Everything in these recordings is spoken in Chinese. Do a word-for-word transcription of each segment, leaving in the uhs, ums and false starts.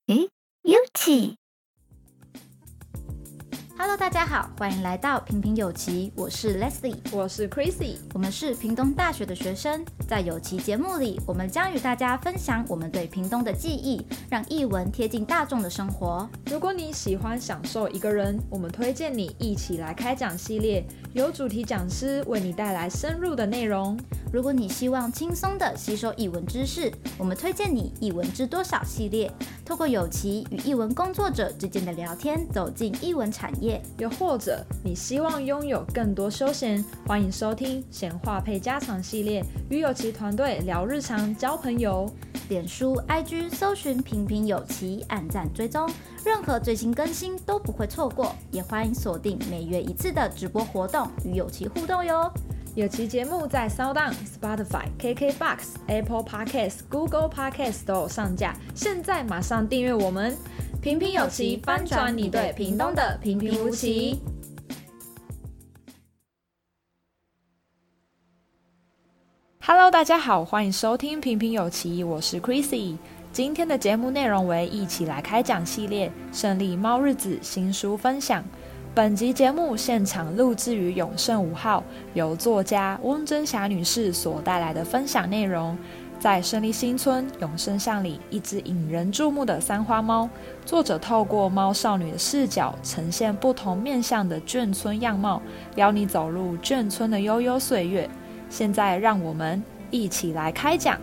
诶，有奇。 Hello， 大家好，欢迎来到屏屏有奇，我是 Leslie， 我是 Chrissy， 我们是屏东大学的学生。在有奇节目里，我们将与大家分享我们对屏东的记忆，让艺文贴近大众的生活。 如果你喜欢享受一个人，我们推荐你一起来开讲系列，由主题讲师为你带来深入的内容。 如果你希望轻松地吸收艺文知识，我们推荐你艺文知多少系列，透过有奇与艺文工作者之间的聊天，走进艺文产业。 又或者你希望拥有更多休闲，欢迎收听闲话配家常系列，与有奇团队聊日常，交朋友。 脸书 I G 搜寻屏屏有奇，按赞追踪，任何最新更新都不会错过。也欢迎锁定每月一次的直播活动，与有奇互动哟。 有奇节目在 SoundOn、Spotify、K K B O X、Apple Podcast、Google Podcast 都有上架，现在马上订阅我们，屏屏有奇，翻转你对屏东的平平无奇。Hello， 大家好，欢迎收听屏屏有奇，我是 Chrissy。今天的节目内容为一起来开讲系列，胜利猫日子新书分享。本集节目现场录制于永盛五号，由作家翁真霞女士所带来的分享内容。在胜利新村永盛巷里，一只引人注目的三花猫，作者透过猫少女的视角，呈现不同面向的眷村样貌，邀你走入眷村的悠悠岁月。现在让我们一起来开讲。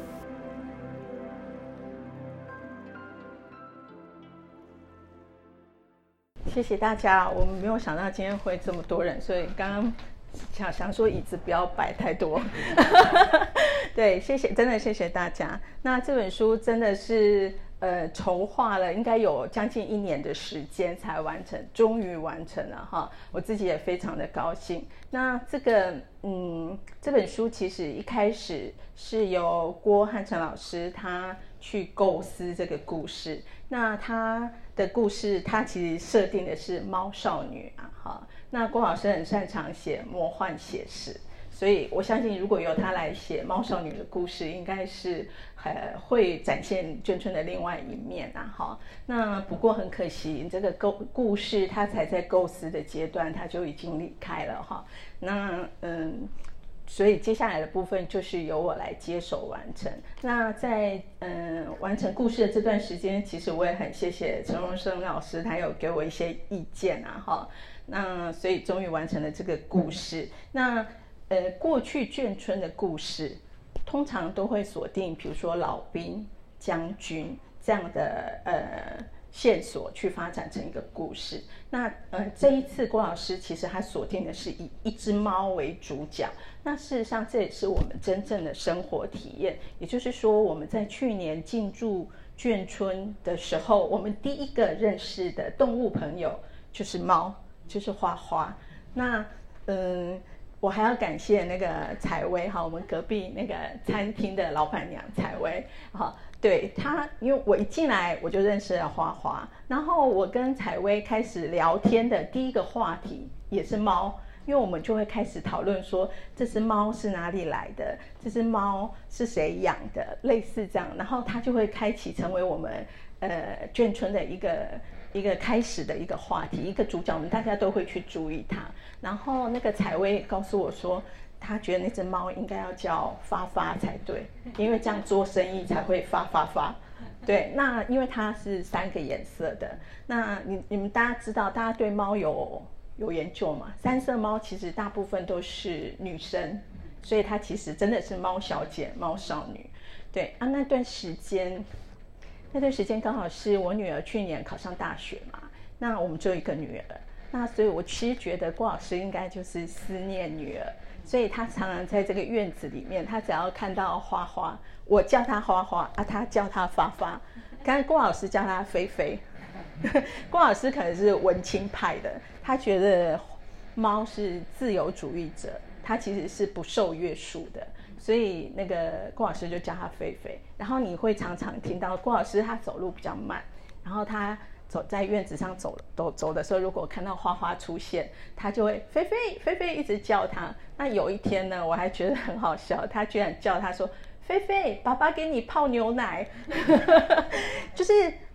谢谢大家，我们没有想到今天会这么多人，所以刚刚想想说椅子不要摆太多。对，谢谢，真的谢谢大家。那这本书真的是呃筹划了应该有将近一年的时间才完成，终于完成了哈，我自己也非常的高兴。那这个嗯这本书其实一开始是由郭汉成老师他去构思这个故事，那他的故事他其实设定的是猫少女啊哈，那郭老师很擅长写魔幻写实，所以我相信如果由他来写猫少女的故事，应该是呃会展现眷村的另外一面啊哈。那不过很可惜，这个构故事他才在构思的阶段，他就已经离开了哈。那嗯。所以接下来的部分就是由我来接手完成。那在嗯完成故事的这段时间，其实我也很谢谢陈荣生老师，他有给我一些意见啊哈。那所以终于完成了这个故事。那呃过去眷村的故事，通常都会锁定，比如说老兵、将军这样的呃。线索去发展成一个故事。那呃，这一次郭老师其实他锁定的是以一只猫为主角。那事实上这也是我们真正的生活体验。也就是说，我们在去年进驻眷村的时候，我们第一个认识的动物朋友就是猫，就是花花。那嗯。我还要感谢那个采薇哈，我们隔壁那个餐厅的老板娘采薇哈，对她，因为我一进来我就认识了花花，然后我跟采薇开始聊天的第一个话题也是猫，因为我们就会开始讨论说这只猫是哪里来的，这只猫是谁养的，类似这样，然后它就会开启成为我们呃眷村的一个。一个开始的一个话题，一个主角，我们大家都会去注意它。然后那个采薇告诉我说，他觉得那只猫应该要叫发发才对，因为这样做生意才会发发发。对，那因为它是三个颜色的，那你你们大家知道，大家对猫有有研究吗？三色猫其实大部分都是女生，所以它其实真的是猫小姐、猫少女。对啊，那段时间。那段时间刚好是我女儿去年考上大学嘛，那我们只有一个女儿，那所以我其实觉得郭老师应该就是思念女儿，所以他常常在这个院子里面，他只要看到花花，我叫他花花啊，他叫他发发，刚才郭老师叫他菲菲，郭老师可能是文青派的，他觉得猫是自由主义者，他其实是不受约束的。所以那个郭老师就叫他菲菲，然后你会常常听到郭老师他走路比较慢，然后他走在院子上走走走的时候，如果看到花花出现，他就会菲菲菲菲一直叫他。那有一天呢，我还觉得很好笑，他居然叫他说菲菲，爸爸给你泡牛奶。就是我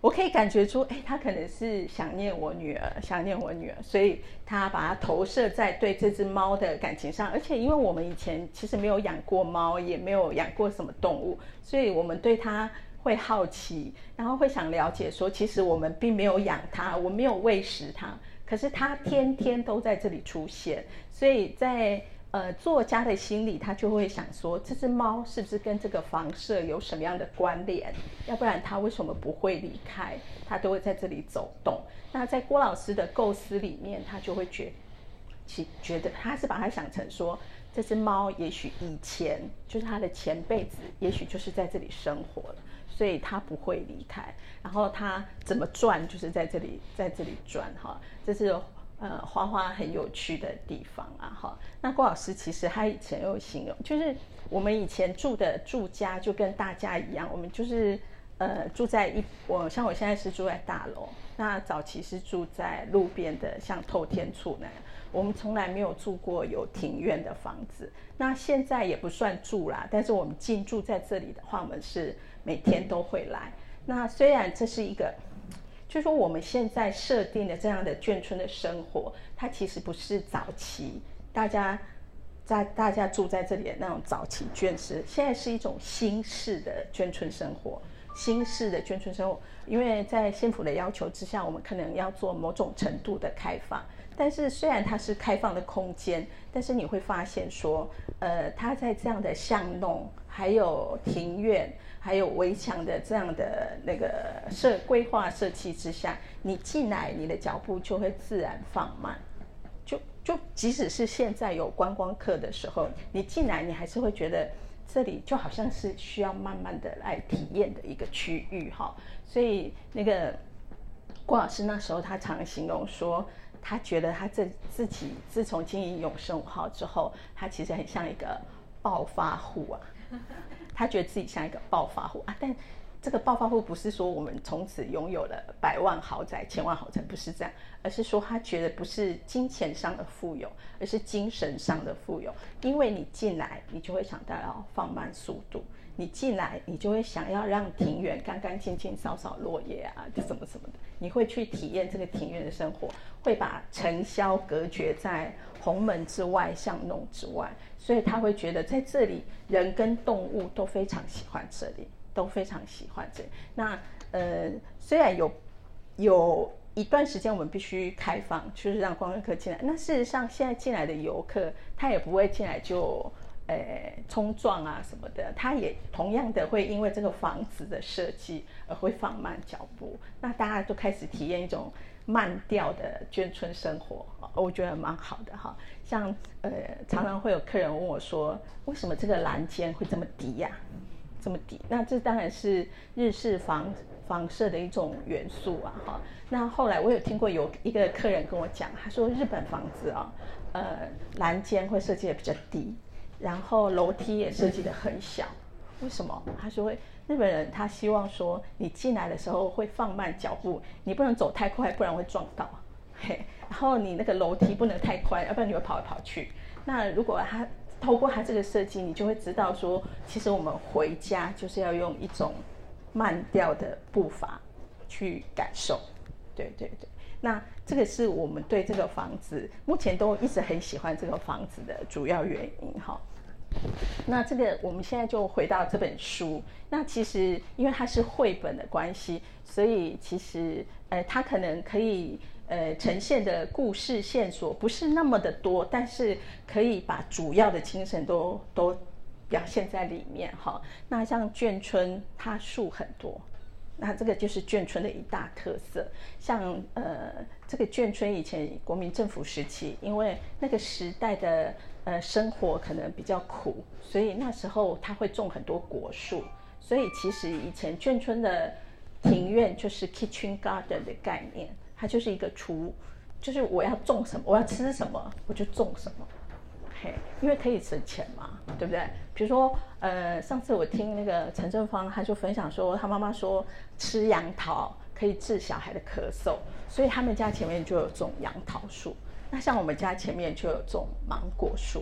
我可以感觉出，哎，他可能是想念我女儿，想念我女儿，所以他把它投射在对这只猫的感情上。而且因为我们以前其实没有养过猫，也没有养过什么动物，所以我们对它会好奇，然后会想了解说，其实我们并没有养它，我没有喂食它，可是它天天都在这里出现。所以在呃，作家的心里，他就会想说，这只猫是不是跟这个房舍有什么样的关联？要不然它为什么不会离开？它都会在这里走动。那在郭老师的构思里面，他就会觉其觉得他是把它想成说，这只猫也许以前就是它的前辈子，也许就是在这里生活了，所以它不会离开。然后它怎么转，就是在这里，在这里转哈，这是。呃，花花很有趣的地方啊，哈。那郭老师其实他以前有形容，就是我们以前住的住家就跟大家一样，我们就是呃住在一，我像我现在是住在大楼，那早期是住在路边的，像透天厝那样。我们从来没有住过有庭院的房子，那现在也不算住啦，但是我们进驻在这里的话，我们是每天都会来。那虽然这是一个。就是说我们现在设定的这样的眷村的生活，它其实不是早期大家在大家住在这里的那种早期眷村，现在是一种新式的眷村生活，新式的眷村生活。因为在县府的要求之下，我们可能要做某种程度的开放，但是虽然它是开放的空间，但是你会发现说，呃，它在这样的巷弄，还有庭院。还有围墙的这样的那个设规划设计之下，你进来，你的脚步就会自然放慢。就就即使是现在有观光客的时候，你进来，你还是会觉得这里就好像是需要慢慢的来体验的一个区域哈。所以那个郭老师那时候他常形容说，他觉得他这自己自从经营永生五号之后，他其实很像一个暴发户啊。他觉得自己像一个暴发户啊，但这个暴发户不是说我们从此拥有了百万豪宅、千万豪宅，不是这样，而是说他觉得不是金钱上的富有，而是精神上的富有。因为你进来，你就会想到要放慢速度；你进来，你就会想要让庭院干干净净、扫扫落叶啊，什么什么的。你会去体验这个庭院的生活，会把尘嚣隔绝在红门之外、巷弄之外。所以他会觉得在这里，人跟动物都非常喜欢这里，都非常喜欢这里。那呃，虽然有有一段时间我们必须开放，就是让观光客进来。那事实上，现在进来的游客，他也不会进来就呃冲撞啊什么的，他也同样的会因为这个房子的设计而会放慢脚步。那大家都开始体验一种慢调的眷村生活，我觉得蛮好的哈。像呃，常常会有客人问我说，为什么这个栏间会这么低呀、啊？这么低？那这当然是日式房房舍的一种元素啊哈。那后来我有听过有一个客人跟我讲，他说日本房子啊，呃，栏间会设计的比较低，然后楼梯也设计的很小。为什么？他说日本人他希望说你进来的时候会放慢脚步，你不能走太快，不然会撞到。嘿，然后你那个楼梯不能太宽，要不然你会跑来跑去。那如果他透过他这个设计，你就会知道说，其实我们回家就是要用一种慢调的步伐去感受。对对对，那这个是我们对这个房子目前都一直很喜欢这个房子的主要原因哈。那这个我们现在就回到这本书，那其实因为它是绘本的关系，所以其实呃它可能可以呃呈现的故事线索不是那么的多，但是可以把主要的精神都都表现在里面哈。那像眷村，它树很多，那这个就是眷村的一大特色。像呃这个眷村以前国民政府时期，因为那个时代的呃生活可能比较苦，所以那时候他会种很多果树，所以其实以前眷村的庭院就是 kitchen garden 的概念，它就是一个厨，就是我要种什么，我要吃什么，我就种什么。嘿，因为可以省钱嘛，对不对？比如说，呃，上次我听那个陈正芳，他就分享说，他妈妈说吃杨桃可以治小孩的咳嗽，所以他们家前面就有种杨桃树。那像我们家前面就有种芒果树。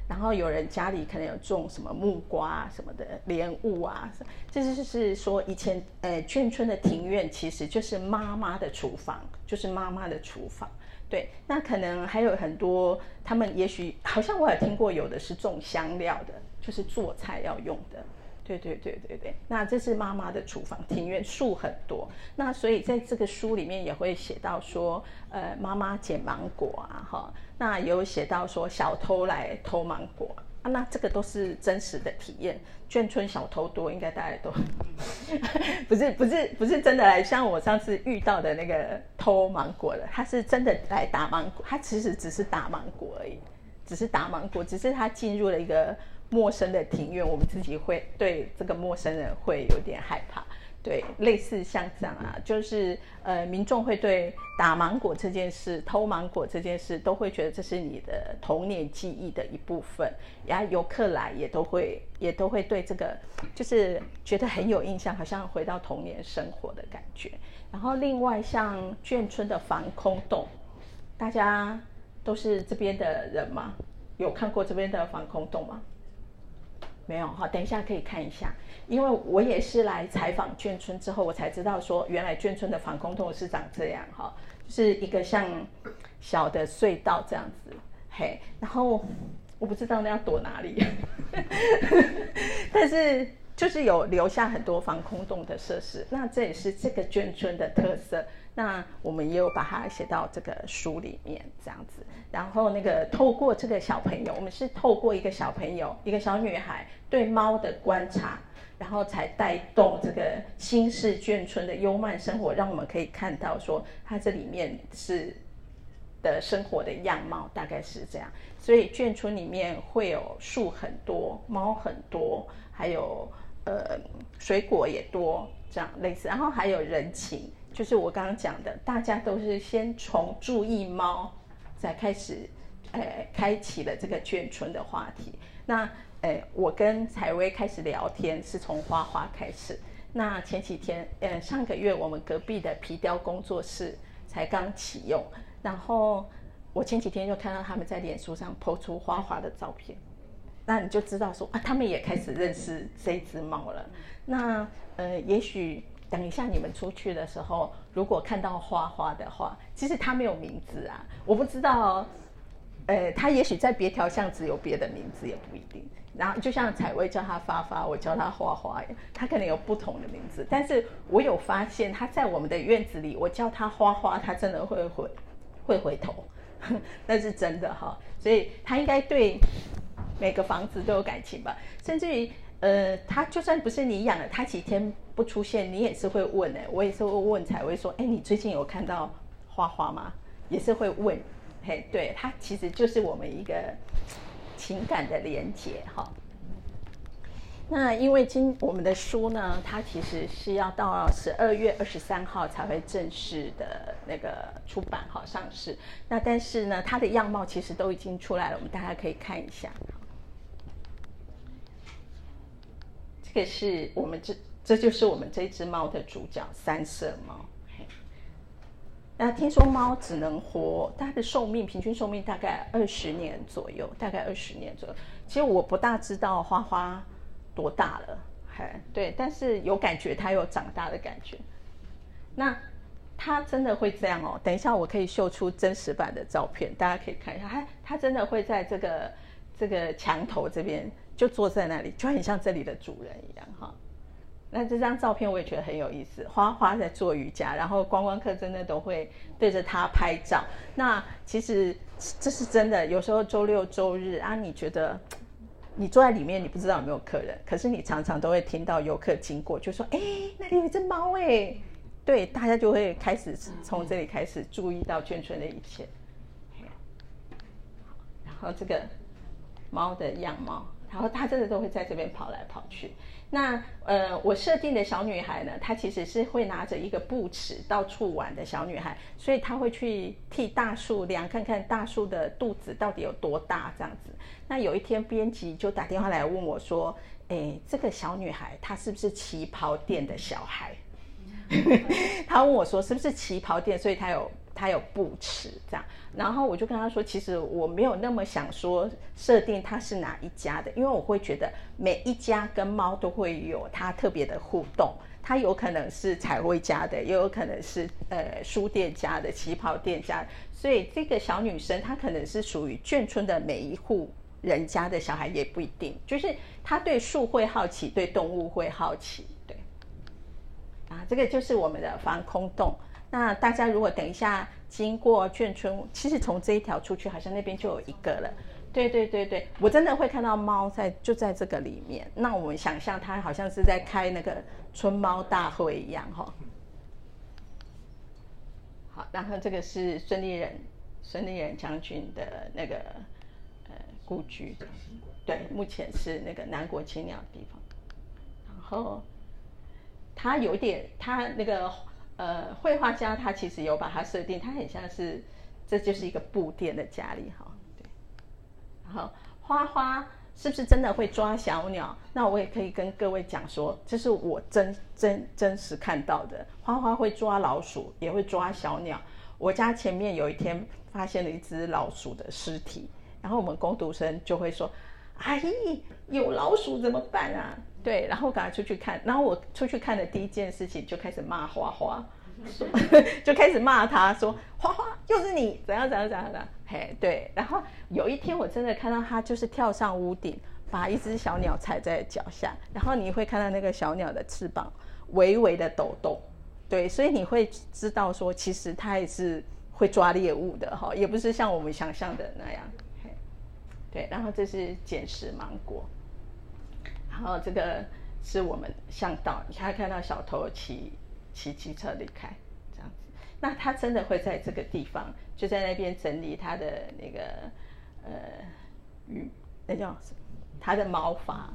然后有人家里可能有种什么木瓜啊什么的莲雾啊，这就是说以前呃眷村的庭院其实就是妈妈的厨房，就是妈妈的厨房。对，那可能还有很多，他们也许好像我也听过，有的是种香料的，就是做菜要用的。对对对对对，那这是妈妈的厨房，庭院树很多，那所以在这个书里面也会写到说，呃，妈妈捡芒果啊，哈，那也有写到说小偷来偷芒果啊，那这个都是真实的体验。眷村小偷多，应该大家都不是不是不是真的来，像我上次遇到的那个偷芒果的，他是真的来打芒果，他其实只是打芒果而已，只是打芒果，只是他进入了一个陌生的庭院，我们自己会对这个陌生人会有点害怕。对，类似像这样啊，就是呃，民众会对打芒果这件事、偷芒果这件事，都会觉得这是你的童年记忆的一部分。然后游客来也都会也都会对这个，就是觉得很有印象，好像回到童年生活的感觉。然后另外像眷村的防空洞，大家都是这边的人吗？有看过这边的防空洞吗？没有哈，等一下可以看一下，因为我也是来采访眷村之后，我才知道说原来眷村的防空洞是长这样哈，就是一个像小的隧道这样子，嘿，然后我不知道那要躲哪里，但是就是有留下很多防空洞的设施，那这也是这个眷村的特色。那我们也有把它写到这个书里面这样子，然后那个透过这个小朋友，我们是透过一个小朋友，一个小女孩对猫的观察，然后才带动这个新式眷村的幽慢生活，让我们可以看到说它这里面是的生活的样貌大概是这样。所以眷村里面会有树很多，猫很多，还有呃水果也多，这样类似，然后还有人情。就是我刚刚讲的，大家都是先从注意猫，才开始，呃，开启了这个眷村的话题。那，呃，我跟采薇开始聊天是从花花开始。那前几天，呃，上个月我们隔壁的皮雕工作室才刚启用，然后我前几天就看到他们在脸书上 po 出花花的照片，那你就知道说啊，他们也开始认识这只猫了。那，呃，也许。等一下，你们出去的时候，如果看到花花的话，其实它没有名字啊，我不知道，呃，它也许在别条巷子有别的名字，也不一定。然后就像采薇叫它发发，我叫它花花，它可能有不同的名字。但是我有发现，它在我们的院子里，我叫它花花，它真的会回会回头，那是真的哈。所以它应该对每个房子都有感情吧，甚至于。呃，他就算不是你养的，他几天不出现，你也是会问哎、欸，我也是会问采薇说，哎、欸，你最近有看到花花吗？也是会问，嘿，对，他其实就是我们一个情感的连结哈。那因为今我们的书呢，它其实是要到十二月二十三号才会正式的那个出版哈上市。那但是呢，它的样貌其实都已经出来了，我们大家可以看一下。这个是我们这，这就是我们这只猫的主角三色猫。那听说猫只能活，它的寿命平均寿命大概二十年左右，大概二十年左右。其实我不大知道花花多大了，嘿，对，但是有感觉它有长大的感觉。那它真的会这样哦？等一下我可以秀出真实版的照片，大家可以看一下。它它真的会在这个这个墙头这边。就坐在那里，就很像这里的主人一样哈。那这张照片我也觉得很有意思，花花在做瑜伽，然后观光客真的都会对着它拍照。那其实这是真的，有时候周六周日啊，你觉得你坐在里面，你不知道有没有客人，可是你常常都会听到游客经过，就说：“哎，那里有一只猫哎。”对，大家就会开始从这里开始注意到眷村的一切。然后这个猫的样貌。然后它真的都会在这边跑来跑去。那呃，我设定的小女孩呢，她其实是会拿着一个布尺到处玩的小女孩，所以她会去替大树量，看看大树的肚子到底有多大这样子。那有一天，编辑就打电话来问我说：“哎，这个小女孩她是不是旗袍店的小孩？”他问我说：“是不是旗袍店？所以她有它有布池这样。然后我就跟他说，其实我没有那么想说设定它是哪一家的，因为我会觉得每一家跟猫都会有它特别的互动。它有可能是彩绘家的，也有可能是呃书店家的、旗袍店家的，所以这个小女生她可能是属于眷村的每一户人家的小孩，也不一定，就是她对树会好奇，对动物会好奇，对。啊，这个就是我们的防空洞。那大家如果等一下经过眷村，其实从这一条出去，好像那边就有一个了。对对对对，我真的会看到猫在就在这个里面。那我们想象它好像是在开那个春猫大会一样哈。好，然后这个是孙立人孙立人将军的那个呃故居，对，目前是那个南国青鸟的地方。然后他有点他那个呃绘画家，他其实有把它设定，他很像是这就是一个布店的家里哈。然后花花是不是真的会抓小鸟？那我也可以跟各位讲说，这是我真真真实看到的。花花会抓老鼠，也会抓小鸟。我家前面有一天发现了一只老鼠的尸体，然后我们工读生就会说：“阿姨，有老鼠怎么办啊？”对，然后赶快出去看。然后我出去看的第一件事情就开始骂花花。就开始骂他说：“花花又是你，怎样怎样怎样的。”嘿，对。然后有一天我真的看到他就是跳上屋顶，把一只小鸟踩在脚下，然后你会看到那个小鸟的翅膀微微的抖动，对，所以你会知道说，其实它也是会抓猎物的哈，也不是像我们想象的那样。嘿，对。然后这是捡拾芒果，然后这个是我们向导，你还看到小偷骑。骑机车离开，这样子，那他真的会在这个地方，就在那边整理他的那个呃，羽，那叫什么？他的毛发。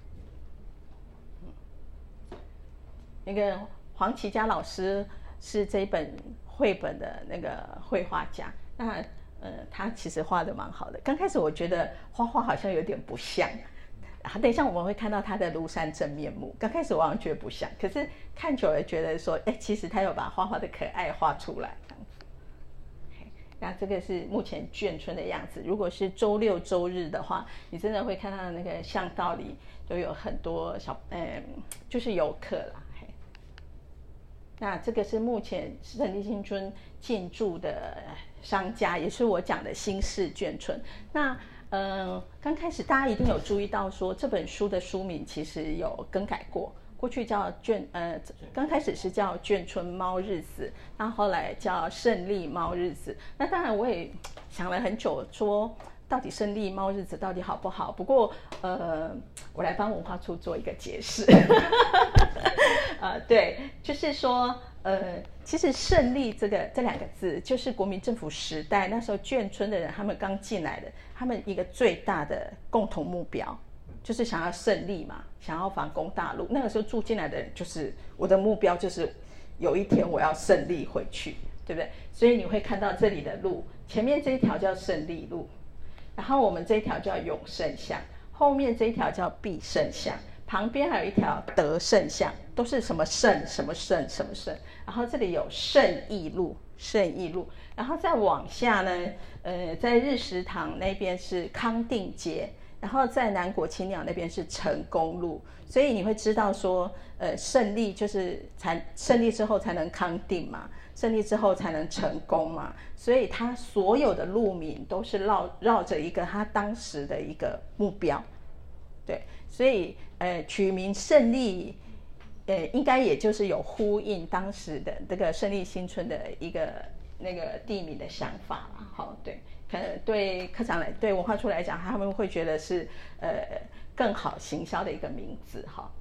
嗯，那个黄琦佳老师是这本绘本的那个绘画家，那呃，他其实画的蛮好的。刚开始我觉得花花好像有点不像。啊，等一下我们会看到他的庐山真面目。刚开始我好像觉得不像，可是看久了觉得说，哎，其实他有把花花的可爱画出来，这样子。那这个是目前眷村的样子。如果是周六周日的话，你真的会看到那个巷道里都有很多小，嗯，就是游客啦。那这个是目前胜利新村进驻的商家，也是我讲的新式眷村。那嗯，刚开始大家一定有注意到说，这本书的书名其实有更改过，过去叫眷呃，刚开始是叫眷村猫日子，那后来叫胜利猫日子。那当然我也想了很久，说到底胜利猫日子到底好不好？不过呃，我来帮文化处做一个解释。呃，对，就是说。呃，其实胜利这个这两个字，就是国民政府时代那时候眷村的人，他们刚进来的，他们一个最大的共同目标，就是想要胜利嘛，想要反攻大陆。那个时候住进来的人，就是我的目标，就是有一天我要胜利回去，对不对？所以你会看到这里的路，前面这一条叫胜利路，然后我们这一条叫永胜巷，后面这一条叫必胜巷。旁边还有一条德胜巷，都是什么胜什么胜什么胜，然后这里有胜义路，胜义路，然后再往下呢，呃，在日食堂那边是康定街，然后在南国青鸟那边是成功路，所以你会知道说，呃，胜利就是才胜利之后才能康定嘛，胜利之后才能成功嘛，所以他所有的路名都是绕绕着一个他当时的一个目标。对，所以呃取名胜利，呃应该也就是有呼应当时的这个胜利新村的一个那个地名的想法啦。好，对，可能对科长来，对文化处来讲，他们会觉得是呃更好行销的一个名字哈。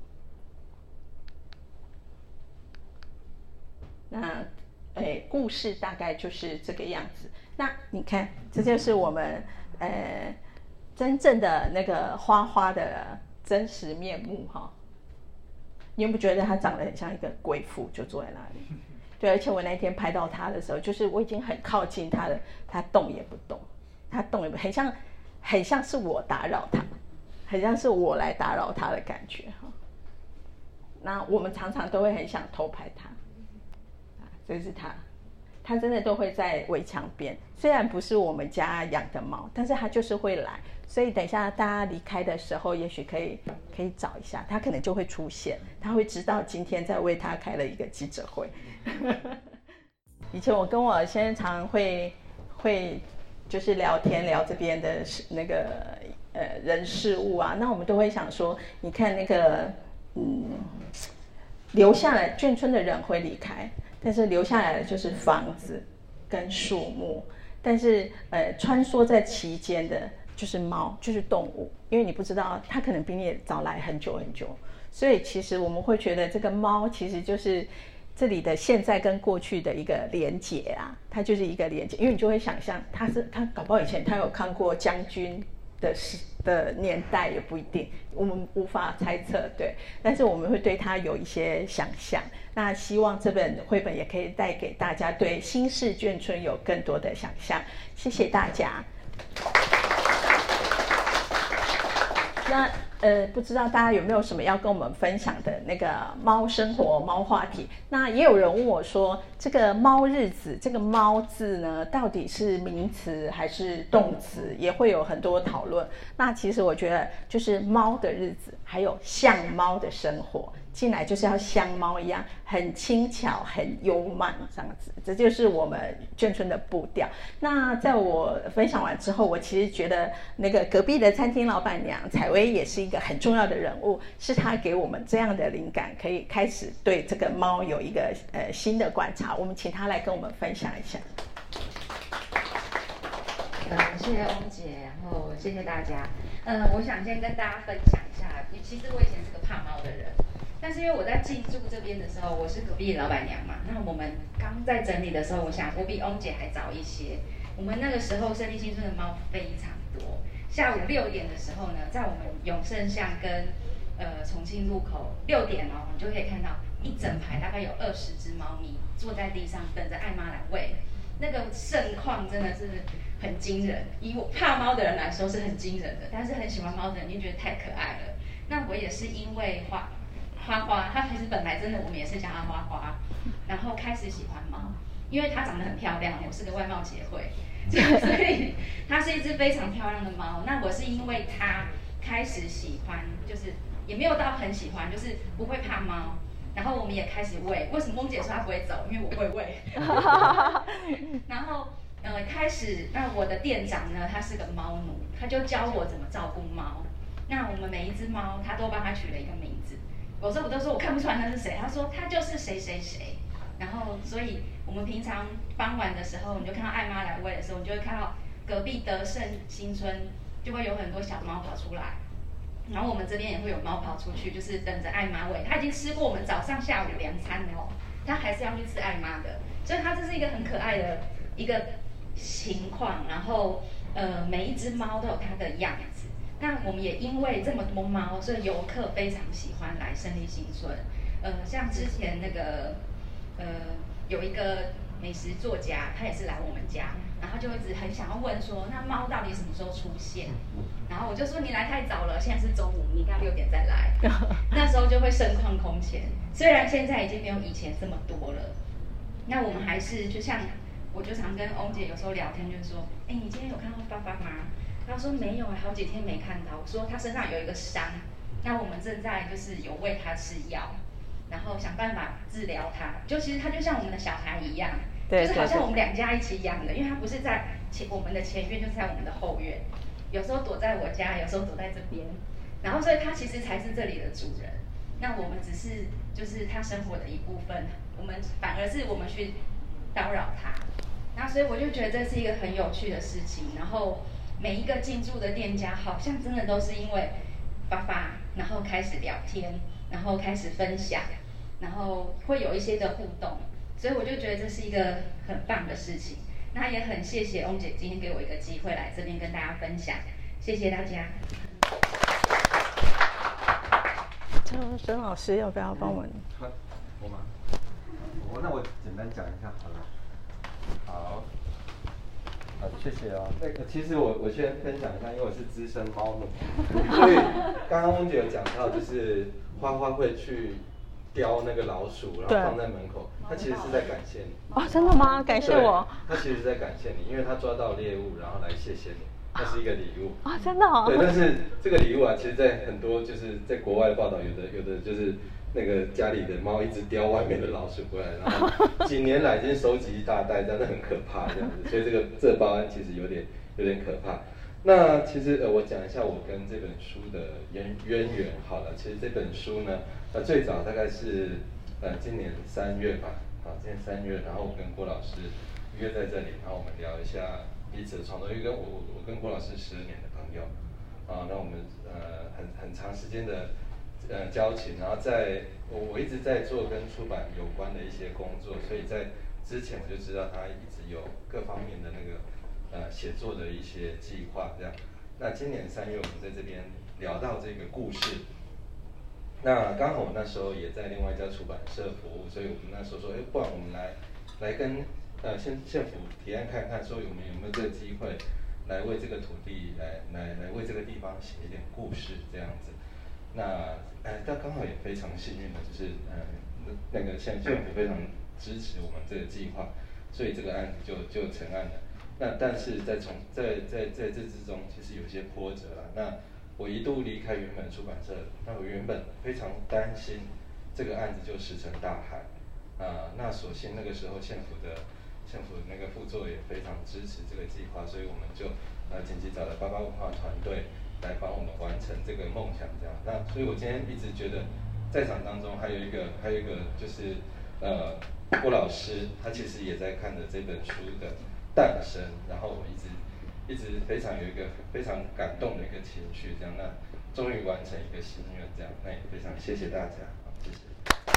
那诶故事大概就是这个样子。那你看，这就是我们呃。真正的那个花花的真实面目哈，你有没有觉得她长得很像一个贵妇，就坐在那里？对，而且我那天拍到她的时候，就是我已经很靠近她了，她动也不动，她动也不，很像，很像是我打扰她，很像是我来打扰她的感觉哈。那我们常常都会很想偷拍她，啊，这是她， 它真的都会在围墙边。虽然不是我们家养的猫，但是它就是会来。所以等一下大家离开的时候，也许可以可以找一下，它可能就会出现，它会知道今天在为它开了一个记者会。以前我跟我先生常常会会就是聊天聊这边的那个呃人事物啊，那我们都会想说，你看那个嗯留下来眷村的人会离开，但是留下来的就是房子跟树木，但是呃穿梭在其间的就是猫，就是动物，因为你不知道它可能比你早来很久很久，所以其实我们会觉得这个猫其实就是这里的现在跟过去的一个连结啊，它就是一个连结，因为你就会想象它是它搞不好以前它有看过将军的时的年代也不一定，我们无法猜测，对，但是我们会对它有一些想象。那希望这本绘本也可以带给大家对新式眷村有更多的想象。谢谢大家。那呃，不知道大家有没有什么要跟我们分享的那个猫生活、猫话题？那也有人问我说，这个猫日子，这个猫字呢，到底是名词还是动词？也会有很多讨论。那其实我觉得，就是猫的日子，还有像猫的生活，进来就是要像猫一样，很轻巧、很悠慢这样子。这就是我们眷村的步调。那在我分享完之后，我其实觉得那个隔壁的餐厅老板娘采薇也是一个很重要的人物，是她给我们这样的灵感，可以开始对这个猫有一个呃新的观察。我们请她来跟我们分享一下。 呃，谢谢翁姐，然后谢谢大家。呃，我想先跟大家分享一下，其实我以前是个怕猫的人，但是因为我在进驻这边的时候，我是隔壁的老板娘嘛，那我们刚在整理的时候，我想我比翁姐还早一些。我们那个时候胜利新村的猫非常多，下午六点的时候呢，在我们永盛巷跟呃重庆路口六点哦，你就可以看到一整排大概有二十只猫咪坐在地上等着爱妈来喂，那个盛况真的是很惊人。以我怕猫的人来说是很惊人的，但是很喜欢猫的人就觉得太可爱了。那我也是因为花花花，它其实本来真的我们也是叫它花花，然后开始喜欢猫，因为它长得很漂亮，我是个外貌协会，所以它是一只非常漂亮的猫。那我是因为它开始喜欢，就是也没有到很喜欢，就是不会怕猫。然后我们也开始喂，为什么翁姐说她不会走？因为我会喂。然后呃开始，那我的店长呢，他是个猫奴，他就教我怎么照顾猫。那我们每一只猫，他都帮它取了一个名字。有时候我都说我看不出来他是谁，他说他就是谁谁谁。然后，所以我们平常傍晚的时候，你就看到爱妈来喂的时候，你就会看到隔壁德胜新村就会有很多小猫跑出来。然后我们这边也会有猫跑出去，就是等着爱妈喂。它已经吃过我们早上、下午两餐了哦，它还是要去吃爱妈的。所以它这是一个很可爱的一个情况。然后，呃，每一只猫都有它的样子。那我们也因为这么多猫，所以游客非常喜欢来胜利新村。呃，像之前那个，呃，有一个美食作家，他也是来我们家，然后就一直很想要问说，那猫到底什么时候出现？然后我就说你来太早了，现在是中午，你应该六点再来。那时候就会盛况空前。虽然现在已经没有以前这么多了，那我们还是就像我就常跟翁姐有时候聊天，就是说，哎，你今天有看到爸爸吗？他说没有啊，好几天没看到。我说他身上有一个伤，那我们正在就是有喂他吃药，然后想办法治疗他。就其实他就像我们的小孩一样， 对就是好像我们两家一起养的，因为他不是在前我们的前院，就是在我们的后院，有时候躲在我家，有时候躲在这边，然后所以他其实才是这里的主人。那我们只是就是他生活的一部分，我们反而是我们去叨扰他。那所以我就觉得这是一个很有趣的事情，然后。每一个进驻的店家好像真的都是因为爸爸，然后开始聊天，然后开始分享，然后会有一些的互动，所以我就觉得这是一个很棒的事情。那也很谢谢翁姐今天给我一个机会来这边跟大家分享，谢谢大家。 郑沈老师要不要帮我们？ 嗯、我吗？我那我简单讲一下好了。好。好，谢谢哦。那个其实我我先分享一下，因为我是资深猫奴，所以刚刚翁姐有讲到，就是花花会去叼那个老鼠，然后放在门口，他其实是在感谢你。 哦，真的吗？感谢我。 他其实是在感谢你，因为他抓到猎物，然后来谢谢你，那是一个礼物。 啊、哦，真的哦。 对，但是这个礼物啊，其实，在很多就是在国外的报道，有的有的就是那个家里的猫一直叼外面的老鼠回来，然后几年来已经收集一大袋，真的很可怕这样子。所以这个这个报案其实有点有点可怕。那其实呃，我讲一下我跟这本书的渊渊源好了。其实这本书呢，呃，最早大概是呃今年三月吧，好，今年三月，然后我跟郭老师约在这里，然后我们聊一下彼此的创作，因为跟我我我跟郭老师十年的朋友，啊，那我们呃很很长时间的呃交情，然后在我我一直在做跟出版有关的一些工作，所以在之前我就知道他一直有各方面的那个。呃，写作的一些计划这样。那今年三月我们在这边聊到这个故事，那刚好我那时候也在另外一家出版社服务，所以我们那时候说，哎，不然我们来来跟呃县县府提案看看，说我们有没有这个机会来为这个土地来来来为这个地方写一点故事这样子。那哎，但刚好也非常幸运的，就是呃那个县县府非常支持我们这个计划，所以这个案子就就成案了。那但是在从在在在这之中，其实有些波折啦。那我一度离开原本出版社，那我原本非常担心这个案子就石沉大海啊、呃。那所幸那个时候县府的县府那个副座也非常支持这个计划，所以我们就呃紧急找了八八文化团队来帮我们完成这个梦想这样。那所以我今天一直觉得在场当中还有一个还有一个就是呃郭老师，他其实也在看着这本书的诞生，然后我一直一直非常有一个非常感动的一个情绪，这样，那终于完成一个心愿，这样，那也非常谢谢大家，好，谢谢。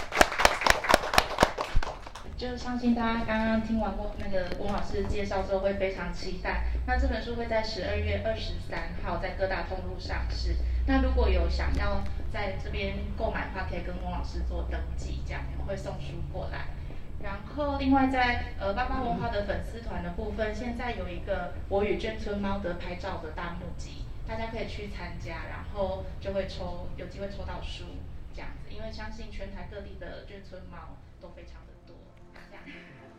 就相信大家刚刚听完过那个翁老师的介绍之后，会非常期待。那这本书会在十二月二十三号在各大通路上市。那如果有想要在这边购买的话，可以跟翁老师做登记，这样我们会送书过来。然后，另外在呃八八文化的粉丝团的部分，现在有一个我与眷村猫的拍照的大募集，大家可以去参加，然后就会抽有机会抽到书这样子，因为相信全台各地的眷村猫都非常的多，这样。